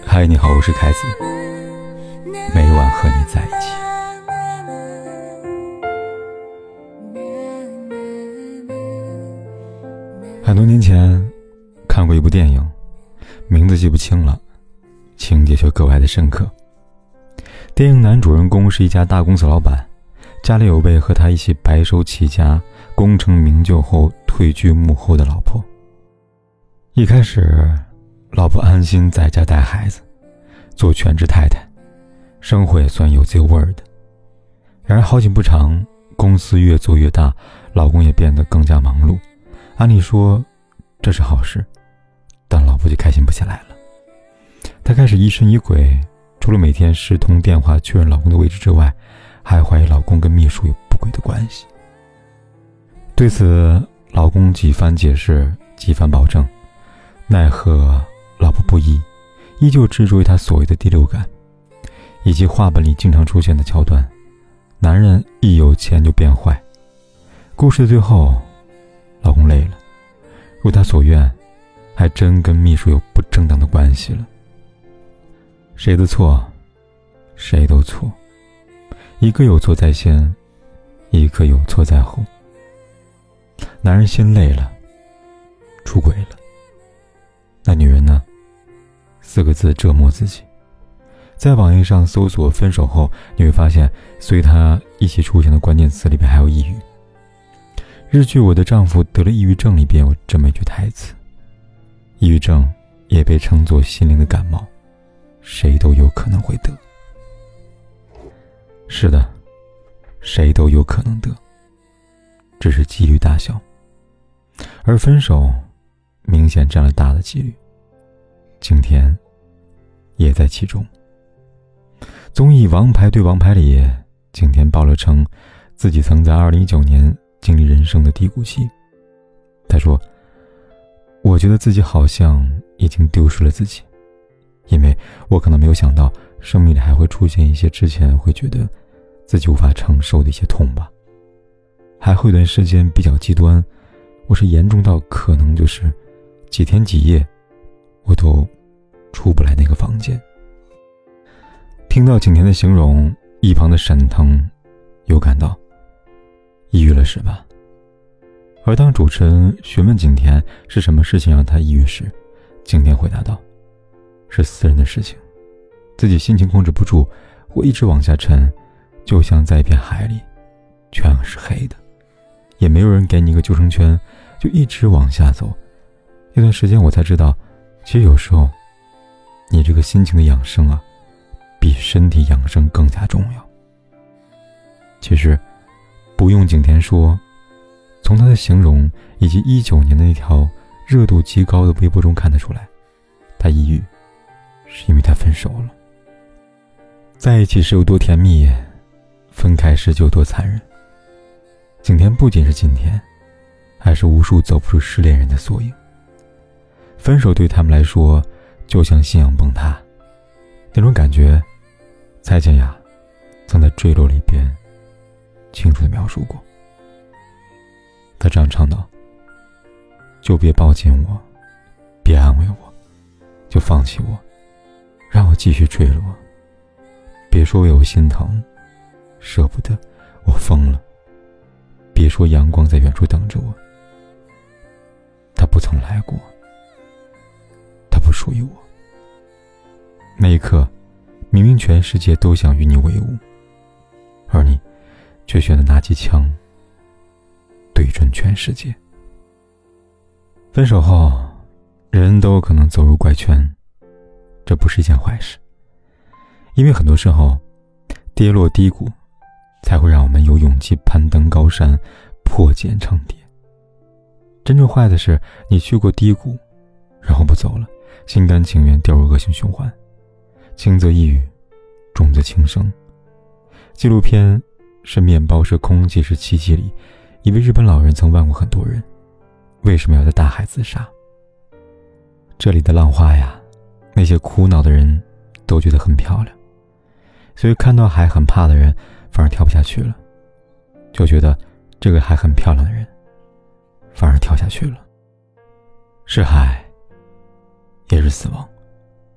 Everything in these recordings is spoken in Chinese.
嗨，你好，我是凯子，每晚和你在一起。很多年前看过一部电影，名字记不清了，情节却格外的深刻。电影男主人公是一家大公司老板，家里有位和他一起白手起家功成名就后退居幕后的老婆。一开始老婆安心在家带孩子，做全职太太，生活也算有滋有味的。然而好景不长，公司越做越大，老公也变得更加忙碌。按理说这是好事，但老婆就开心不起来了。她开始疑神疑鬼，除了每天10通电话确认老公的位置之外，还怀疑老公跟秘书有不轨的关系。对此，老公几番解释，几番保证，奈何老婆不依，依旧执着于他所谓的第六感，以及话本里经常出现的桥段，男人一有钱就变坏。故事的最后，老公累了，如他所愿，还真跟秘书有不正当的关系了。谁的错？谁都错，一个有错在先，一个有错在后。男人心累了，出轨了。那女人呢？4个字，折磨自己。在网页上搜索分手后，你会发现随他一起出现的关键词里边还有抑郁。日剧《我的丈夫得了抑郁症》里边有这么一句台词，抑郁症也被称作心灵的感冒，谁都有可能会得。是的，谁都有可能得，只是几率大小。而分手明显占了大的几率，景甜也在其中。综艺《王牌对王牌》里，景甜爆了称自己曾在2019年经历人生的低谷期。她说，我觉得自己好像已经丢失了自己，因为我可能没有想到生命里还会出现一些之前会觉得自己无法承受的一些痛吧。还会有段时间比较极端，我是严重到可能就是几天几夜我都出不来那个房间。听到景甜的形容，一旁的沈腾有感到抑郁了是吧？而当主持人询问景甜是什么事情让她抑郁时，景甜回答道，是私人的事情，自己心情控制不住，我一直往下沉，就像在一片海里，全是黑的，也没有人给你一个救生圈，就一直往下走。那段时间我才知道，其实有时候你这个心情的养生啊，比身体养生更加重要。其实不用景甜说，从她的形容以及19年的那条热度极高的微博中看得出来，她抑郁是因为她分手了。在一起时有多甜蜜，分开时就有多残忍。景甜不仅是景甜，还是无数走不出失恋人的缩影。分手对他们来说就像信仰崩塌，那种感觉蔡健雅曾在坠落里边清楚地描述过。他这样唱道，就别抱紧我，别安慰我，就放弃我，让我继续坠落，别说为我心疼，舍不得，我疯了，别说阳光在远处等着我，他不曾来过，他不属于我。那一刻，明明全世界都想与你为伍，而你却选择拿起枪对准全世界。分手后，人都有可能走入怪圈，这不是一件坏事，因为很多时候跌落低谷才会让我们有勇气攀登高山，破茧成蝶。真正坏的是你去过低谷，然后不走了，心甘情愿掉入恶性循环，轻则抑郁，重则轻生。纪录片是面包是空气是奇迹里，一位日本老人曾问过很多人，为什么要在大海自杀？这里的浪花呀，那些苦恼的人都觉得很漂亮，所以看到海很怕的人反而跳不下去了，就觉得这个海很漂亮的人反而跳下去了。是海，也是死亡。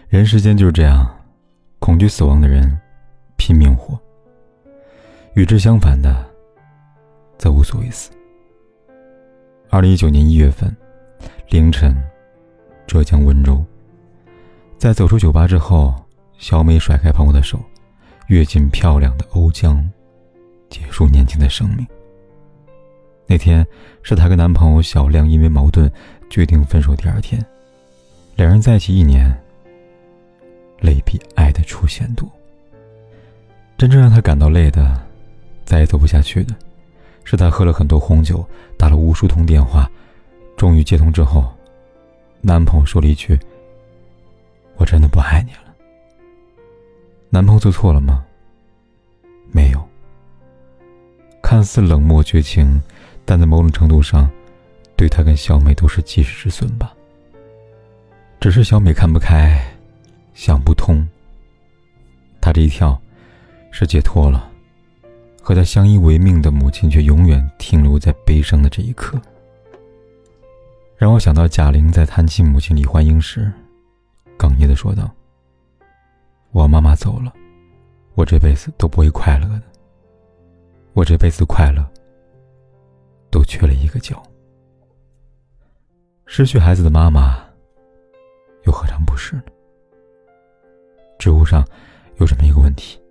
人世间就是这样，恐惧死亡的人拼命活，与之相反的则无所谓死。2019年1月份凌晨，浙江温州，在走出酒吧之后，小美甩开朋友的手，跃进漂亮的瓯江，结束年轻的生命。那天是她跟男朋友小亮因为矛盾决定分手第二天，两人在一起1年，累比爱的出现多。真正让她感到累的，再也走不下去的，是她喝了很多红酒，打了无数通电话，终于接通之后，男朋友说了一句：我真的不爱你了。男朋友做错了吗？没有。看似冷漠绝情，但在某种程度上，对他跟小美都是及时止损吧。只是小美看不开，想不通。她这一跳是解脱了，和她相依为命的母亲却永远停留在悲伤的这一刻。让我想到贾玲在谈起母亲李焕英时，哽咽地说道：我妈妈走了，我这辈子都不会快乐的，我这辈子快乐都缺了一个角。失去孩子的妈妈又何尝不是呢？知乎上有这么一个问题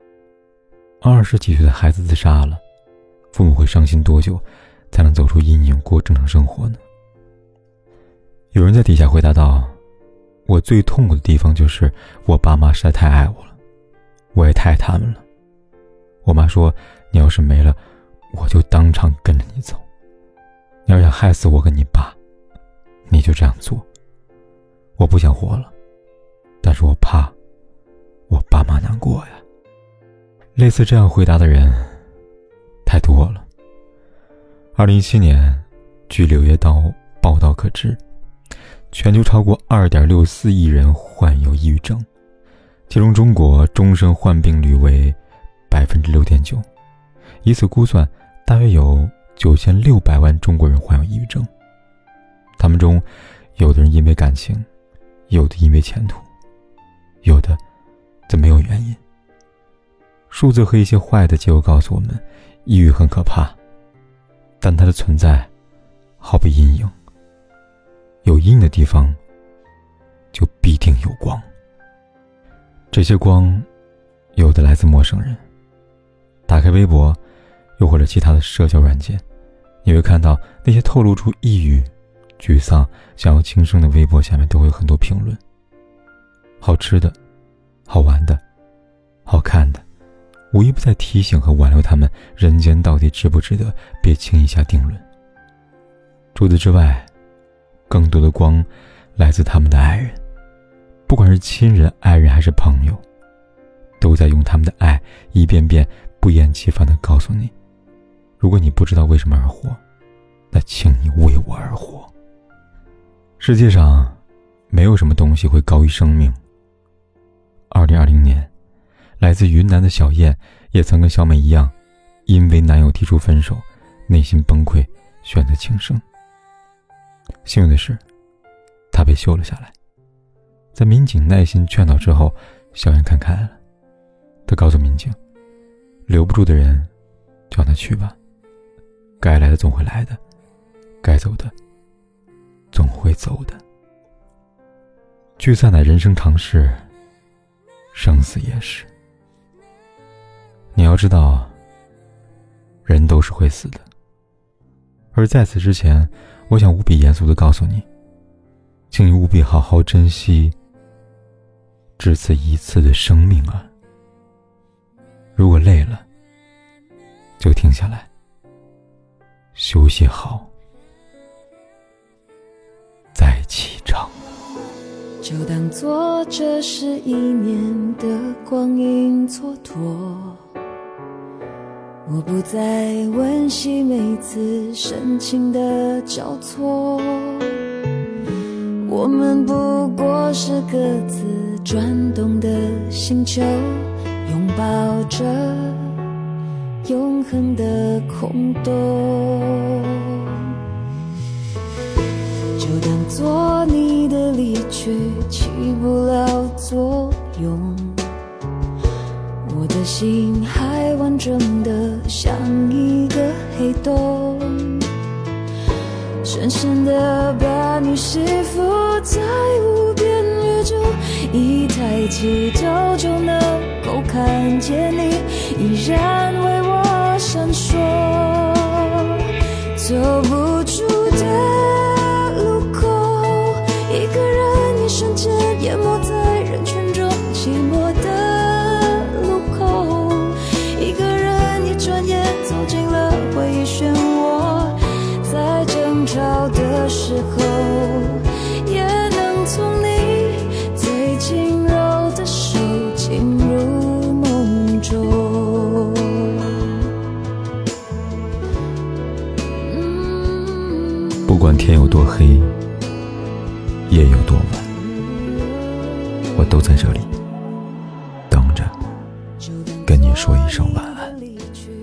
：20几岁的孩子自杀了，父母会伤心多久才能走出阴影，过正常生活呢？有人在底下回答道：我最痛苦的地方就是我爸妈实在太爱我了，我也太爱他们了。我妈说，你要是没了，我就当场跟着你走，你要想害死我跟你爸，你就这样做。我不想活了，但是我怕我爸妈难过呀。类似这样回答的人太多了。2017年，据《柳叶刀》报道可知，全球超过 2.64 亿人患有抑郁症，其中中国终身患病率为 6.9%， 以此估算，大约有9600万中国人患有抑郁症。他们中，有的人因为感情，有的因为前途，有的则没有原因。数字和一些坏的结果告诉我们，抑郁很可怕，但它的存在好比阴影，有阴影的地方就必定有光。这些光有的来自陌生人，打开微博又或者其他的社交软件，你会看到那些透露出抑郁、沮丧、想要轻生的微博下面都会有很多评论，好吃的、好玩的、好看的，无一不在提醒和挽留他们人间到底值不值得，别轻易下定论。除此之外，更多的光来自他们的爱人，不管是亲人、爱人还是朋友，都在用他们的爱一遍遍不厌其烦地告诉你，如果你不知道为什么而活，那请你为我而活。世界上没有什么东西会高于生命。2020年，来自云南的小燕也曾跟小美一样，因为男友提出分手，内心崩溃，选择轻生。幸运的是，她被救了下来。在民警耐心劝导之后，小燕看开了。她告诉民警，留不住的人就让他去吧，该来的总会来的，该走的总会走的。聚散乃人生常事，生死也是。你要知道，人都是会死的。而在此之前，我想无比严肃地告诉你，请你务必好好珍惜只此一次的生命啊！如果累了，就停下来，休息好，再启程。 就当作这是一年的光阴蹉跎，我不再温习每次深情的交错，我们不过是各自转动的星球，拥抱着永恒的空洞。就当作你的离去起不了作用，我的心还完整的像一个黑洞，深深的把你吸附在无边宇宙，一抬起头就能够看见你，依然为我闪烁。走不出的路口，一个人一瞬间淹没在人群中，寂寞的路口，一个人一转眼走进了回忆漩涡，在争吵的时候也能从你最轻柔的手进入梦中。 不管天有多黑，夜有多晚，我都在这里等着跟你说一声晚安。